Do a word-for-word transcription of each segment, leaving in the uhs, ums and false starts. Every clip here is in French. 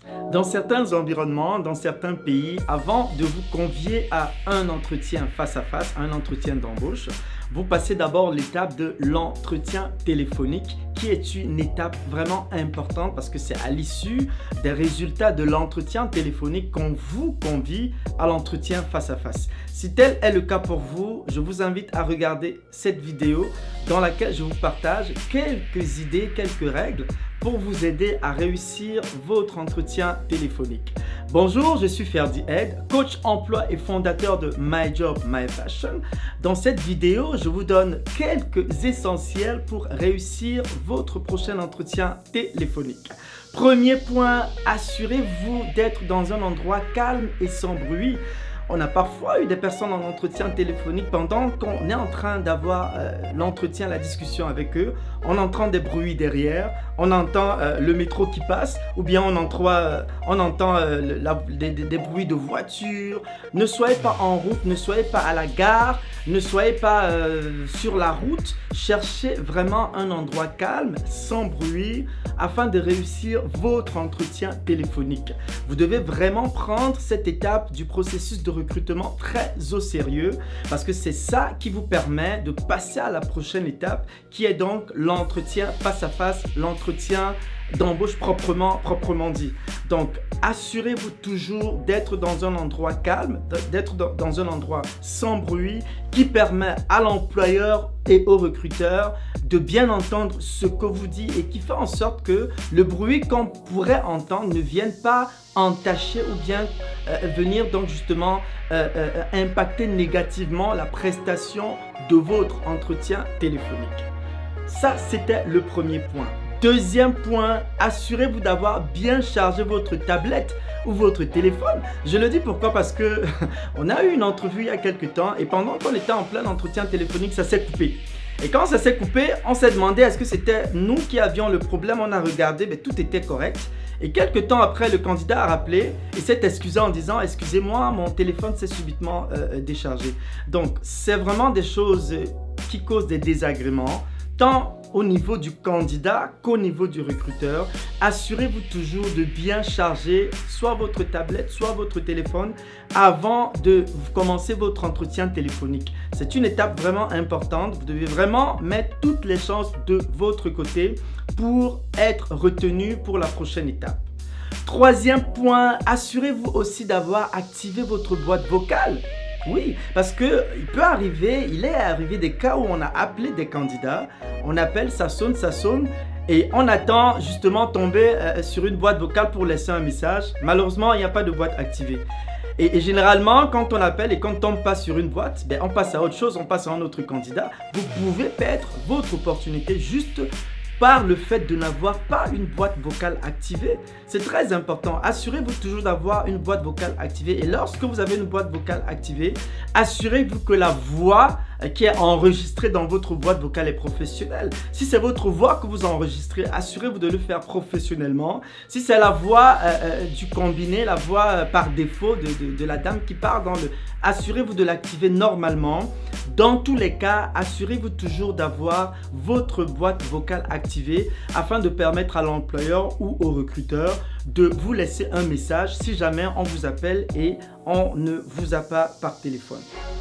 Dans certains environnements, dans certains pays, avant de vous convier à un entretien face à face, un entretien d'embauche, vous passez d'abord l'étape de l'entretien téléphonique qui est une étape vraiment importante parce que c'est à l'issue des résultats de l'entretien téléphonique qu'on vous convie à l'entretien face à face. Si tel est le cas pour vous, je vous invite à regarder cette vidéo dans laquelle je vous partage quelques idées, quelques règles pour vous aider à réussir votre entretien téléphonique. Bonjour, je suis Ferdi Ed, coach emploi et fondateur de My Job, My Passion. Dans cette vidéo, je vous donne quelques essentiels pour réussir votre prochain entretien téléphonique. Premier point, assurez-vous d'être dans un endroit calme et sans bruit. On a parfois eu des personnes en entretien téléphonique pendant qu'on est en train d'avoir euh, l'entretien, la discussion avec eux. On entend des bruits derrière, on entend euh, le métro qui passe ou bien on entend, euh, on entend euh, la, des, des bruits de voitures. Ne soyez pas en route, ne soyez pas à la gare, ne soyez pas euh, sur la route. Cherchez vraiment un endroit calme, sans bruit, afin de réussir votre entretien téléphonique. Vous devez vraiment prendre cette étape du processus de recrutement très au sérieux parce que c'est ça qui vous permet de passer à la prochaine étape qui est donc l'entretien face à face, l'entretien d'embauche proprement, proprement dit. Donc, assurez-vous toujours d'être dans un endroit calme, d'être dans, dans un endroit sans bruit qui permet à l'employeur et au recruteur de bien entendre ce que vous dites et qui fait en sorte que le bruit qu'on pourrait entendre ne vienne pas entacher ou bien euh, venir donc justement euh, euh, impacter négativement la prestation de votre entretien téléphonique. Ça, c'était le premier point. Deuxième point, assurez-vous d'avoir bien chargé votre tablette ou votre téléphone. Je le dis pourquoi? Parce que on a eu une entrevue il y a quelques temps et pendant qu'on était en plein entretien téléphonique, ça s'est coupé. Et quand ça s'est coupé, on s'est demandé est-ce que c'était nous qui avions le problème. On a regardé, mais tout était correct. Et quelques temps après, le candidat a rappelé et s'est excusé en disant « Excusez-moi, mon téléphone s'est subitement euh, déchargé ». Donc, c'est vraiment des choses qui causent des désagréments, tant au niveau du candidat qu'au niveau du recruteur. Assurez-vous toujours de bien charger soit votre tablette, soit votre téléphone avant de commencer votre entretien téléphonique. C'est une étape vraiment importante. Vous devez vraiment mettre toutes les chances de votre côté pour être retenu pour la prochaine étape. Troisième point, assurez-vous aussi d'avoir activé votre boîte vocale. Oui, parce que il peut arriver, il est arrivé des cas où on a appelé des candidats, on appelle, ça sonne, ça sonne, et on attend justement tomber euh, sur une boîte vocale pour laisser un message. Malheureusement, il n'y a pas de boîte activée. Et, et généralement, quand on appelle et qu'on ne tombe pas sur une boîte, ben, on passe à autre chose, on passe à un autre candidat. Vous pouvez perdre votre opportunité juste par le fait de n'avoir pas une boîte vocale activée. C'est très important. Assurez-vous toujours d'avoir une boîte vocale activée. Et lorsque vous avez une boîte vocale activée, assurez-vous que la voix qui est enregistrée dans votre boîte vocale est professionnelle. Si c'est votre voix que vous enregistrez, assurez-vous de le faire professionnellement. Si c'est la voix euh, euh, du combiné, la voix euh, par défaut de, de, de la dame qui part dans le... Assurez-vous de l'activer normalement. Dans tous les cas, assurez-vous toujours d'avoir votre boîte vocale activée afin de permettre à l'employeur ou au recruteur de vous laisser un message si jamais on vous appelle et on ne vous a pas par téléphone.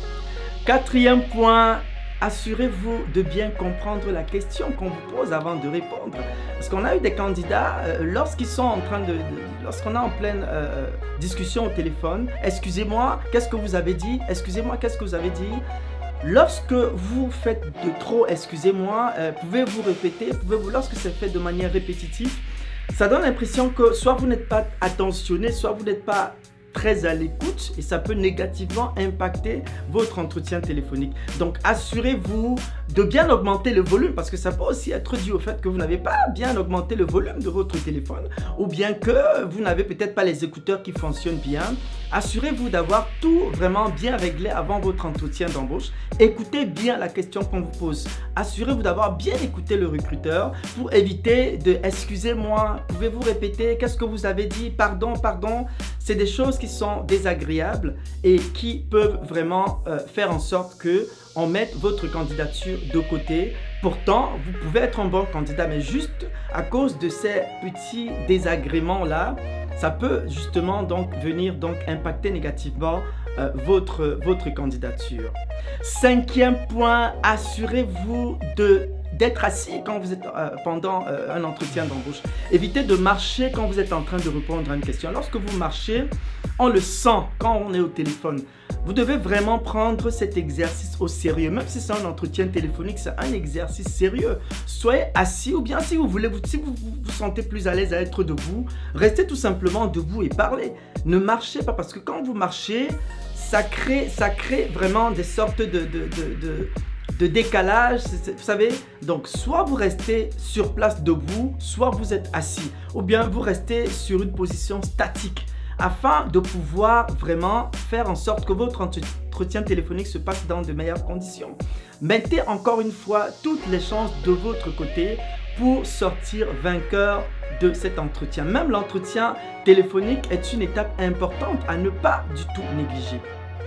Quatrième point, assurez-vous de bien comprendre la question qu'on vous pose avant de répondre. Parce qu'on a eu des candidats, euh, lorsqu'ils sont en train de... de lorsqu'on est en pleine euh, discussion au téléphone, « Excusez-moi, qu'est-ce que vous avez dit? Excusez-moi, qu'est-ce que vous avez dit ?» Lorsque vous faites de trop, excusez-moi, euh, pouvez-vous répéter, pouvez-vous, lorsque c'est fait de manière répétitive, ça donne l'impression que soit vous n'êtes pas attentionné, soit vous n'êtes pas très à l'écoute et ça peut négativement impacter votre entretien téléphonique. Donc, assurez-vous de bien augmenter le volume parce que ça peut aussi être dû au fait que vous n'avez pas bien augmenté le volume de votre téléphone ou bien que vous n'avez peut-être pas les écouteurs qui fonctionnent bien. Assurez-vous d'avoir tout vraiment bien réglé avant votre entretien d'embauche. Écoutez bien la question qu'on vous pose. Assurez-vous d'avoir bien écouté le recruteur pour éviter de « excusez-moi, pouvez-vous répéter, qu'est-ce que vous avez dit, pardon, pardon ». C'est des choses qui sont désagréables et qui peuvent vraiment euh, faire en sorte que on mette votre candidature de côté. Pourtant, vous pouvez être un bon candidat, mais juste à cause de ces petits désagréments-là, ça peut justement donc venir donc impacter négativement euh, votre, votre candidature. Cinquième point, assurez-vous de d'être assis quand vous êtes euh, pendant euh, un entretien d'embauche. Évitez de marcher quand vous êtes en train de répondre à une question. Lorsque vous marchez, on le sent quand on est au téléphone. Vous devez vraiment prendre cet exercice au sérieux. Même si c'est un entretien téléphonique, c'est un exercice sérieux. Soyez assis ou bien si vous voulez, vous, si vous vous sentez plus à l'aise à être debout, restez tout simplement debout et parlez. Ne marchez pas parce que quand vous marchez, ça crée, ça crée vraiment des sortes de... de, de, de de décalage, vous savez. Donc, soit vous restez sur place debout, soit vous êtes assis, ou bien vous restez sur une position statique afin de pouvoir vraiment faire en sorte que votre entretien téléphonique se passe dans de meilleures conditions. Mettez encore une fois toutes les chances de votre côté pour sortir vainqueur de cet entretien. Même l'entretien téléphonique est une étape importante à ne pas du tout négliger.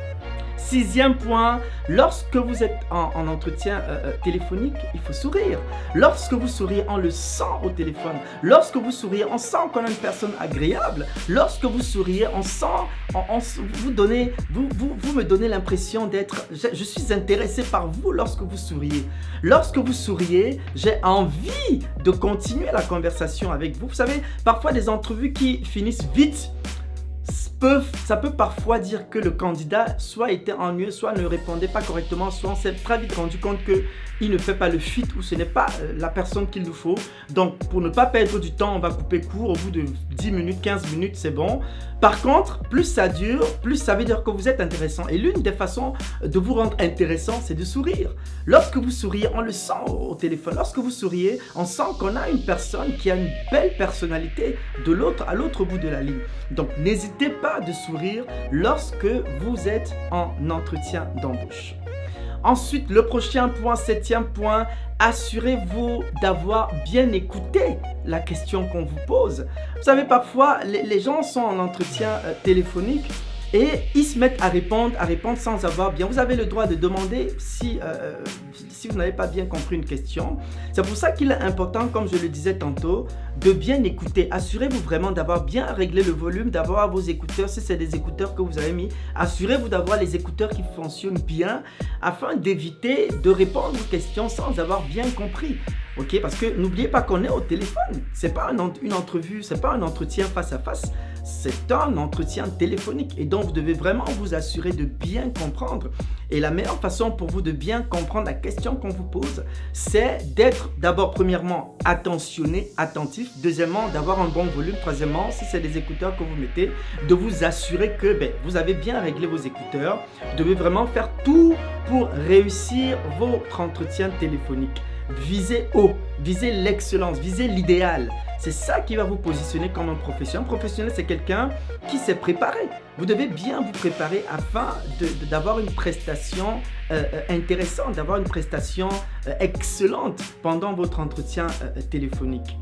Sixième point, lorsque vous êtes en, en entretien euh, téléphonique, il faut sourire. Lorsque vous souriez, on le sent au téléphone. Lorsque vous souriez, on sent qu'on a une personne agréable. Lorsque vous souriez, on sent, on, on, vous, donnez, vous, vous, vous me donnez l'impression d'être, je, je suis intéressé par vous lorsque vous souriez. Lorsque vous souriez, j'ai envie de continuer la conversation avec vous. Vous savez, parfois des entrevues qui finissent vite, Peuvent, ça peut parfois dire que le candidat soit était ennuyeux, soit ne répondait pas correctement, soit on s'est très vite rendu compte qu'il ne fait pas le fit ou ce n'est pas la personne qu'il nous faut. Donc, pour ne pas perdre du temps, on va couper court. Au bout de dix minutes, quinze minutes, c'est bon. Par contre, plus ça dure, plus ça veut dire que vous êtes intéressant. Et l'une des façons de vous rendre intéressant, c'est de sourire. Lorsque vous souriez, on le sent au téléphone. Lorsque vous souriez, on sent qu'on a une personne qui a une belle personnalité de l'autre à l'autre bout de la ligne. Donc, n'hésitez pas de sourire lorsque vous êtes en entretien d'embauche. Ensuite, le prochain point, septième point, assurez-vous d'avoir bien écouté la question qu'on vous pose. Vous savez, parfois, les, les gens sont en entretien euh, téléphonique et ils se mettent à répondre, à répondre sans avoir bien. Vous avez le droit de demander si, euh, si vous n'avez pas bien compris une question. C'est pour ça qu'il est important, comme je le disais tantôt, de bien écouter. Assurez-vous vraiment d'avoir bien réglé le volume, d'avoir vos écouteurs. Si c'est des écouteurs que vous avez mis, assurez-vous d'avoir les écouteurs qui fonctionnent bien afin d'éviter de répondre aux questions sans avoir bien compris. Ok, parce que n'oubliez pas qu'on est au téléphone. C'est pas un, une entrevue, c'est pas un entretien face à face. C'est un entretien téléphonique et donc vous devez vraiment vous assurer de bien comprendre. Et la meilleure façon pour vous de bien comprendre la question qu'on vous pose, c'est d'être d'abord premièrement attentionné, attentif. Deuxièmement, d'avoir un bon volume. Troisièmement, si c'est des écouteurs que vous mettez, de vous assurer que ben, vous avez bien réglé vos écouteurs. Vous devez vraiment faire tout pour réussir votre entretien téléphonique. Visez haut, visez l'excellence, visez l'idéal. C'est ça qui va vous positionner comme un professionnel. Un professionnel, c'est quelqu'un qui s'est préparé. Vous devez bien vous préparer afin d'avoir une prestation euh, intéressante, d'avoir une prestation euh, excellente pendant votre entretien euh, téléphonique.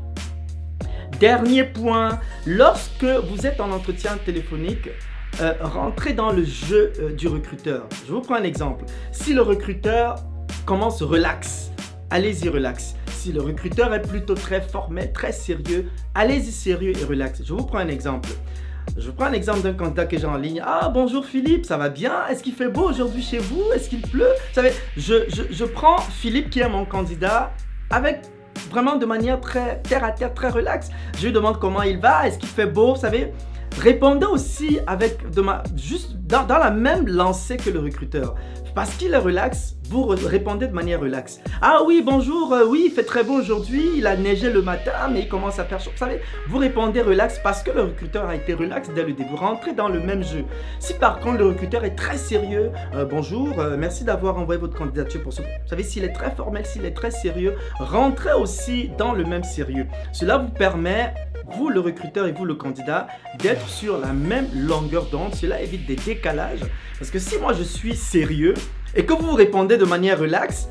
Dernier point, lorsque vous êtes en entretien téléphonique, euh, rentrez dans le jeu euh, du recruteur. Je vous prends un exemple. Si le recruteur commence relax, allez-y relax. Si le recruteur est plutôt très formel, très sérieux, allez-y sérieux et relax. Je vous prends un exemple. Je vous prends un exemple d'un candidat que j'ai en ligne. Ah, bonjour Philippe, ça va bien? Est-ce qu'il fait beau aujourd'hui chez vous? Est-ce qu'il pleut? Vous savez, je, je, je prends Philippe qui est mon candidat avec vraiment de manière très terre à terre, très relax. Je lui demande comment il va, est-ce qu'il fait beau, vous savez? Répondez aussi avec de ma, juste dans, dans la même lancée que le recruteur. Parce qu'il est relax, vous répondez de manière relax. Ah oui, bonjour, euh, oui, il fait très beau aujourd'hui, il a neigé le matin, mais il commence à faire chaud. Vous savez, vous répondez relax parce que le recruteur a été relax dès le début. Rentrez dans le même jeu. Si par contre le recruteur est très sérieux, euh, bonjour, euh, merci d'avoir envoyé votre candidature pour ce... Vous savez, s'il est très formel, s'il est très sérieux, rentrez aussi dans le même sérieux. Cela vous permet, vous le recruteur et vous le candidat, d'être sur la même longueur d'onde. Cela évite des décalages. Parce que si moi je suis sérieux et que vous répondez de manière relaxe,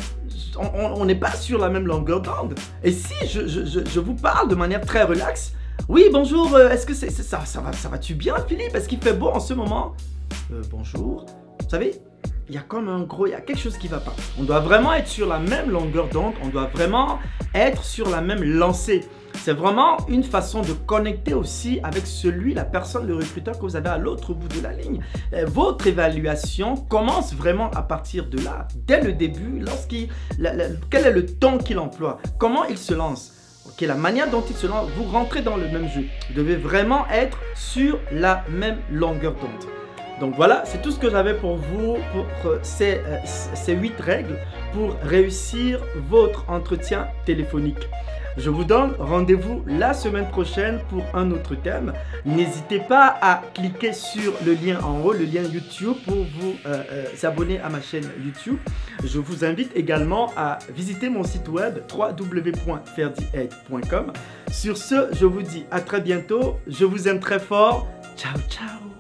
on n'est pas sur la même longueur d'onde. Et si je, je, je, je vous parle de manière très relaxe, oui bonjour, est-ce que c'est ça, ça va, ça va-tu bien Philippe? Est-ce qu'il fait beau en ce moment? euh, Bonjour. Vous savez, il y a comme un gros, il y a quelque chose qui ne va pas. On doit vraiment être sur la même longueur d'onde, on doit vraiment être sur la même lancée. C'est vraiment une façon de connecter aussi avec celui, la personne, le recruteur que vous avez à l'autre bout de la ligne. Votre évaluation commence vraiment à partir de là, dès le début, lorsqu'il, la, la, quel est le ton qu'il emploie, comment il se lance. Okay, la manière dont il se lance, vous rentrez dans le même jeu. Vous devez vraiment être sur la même longueur d'onde. Donc voilà, c'est tout ce que j'avais pour vous, pour ces, euh, ces huit règles pour réussir votre entretien téléphonique. Je vous donne rendez-vous la semaine prochaine pour un autre thème. N'hésitez pas à cliquer sur le lien en haut, le lien YouTube, pour vous euh, euh, abonner à ma chaîne YouTube. Je vous invite également à visiter mon site web w w w point ferdiaid point com. Sur ce, je vous dis à très bientôt. Je vous aime très fort. Ciao, ciao.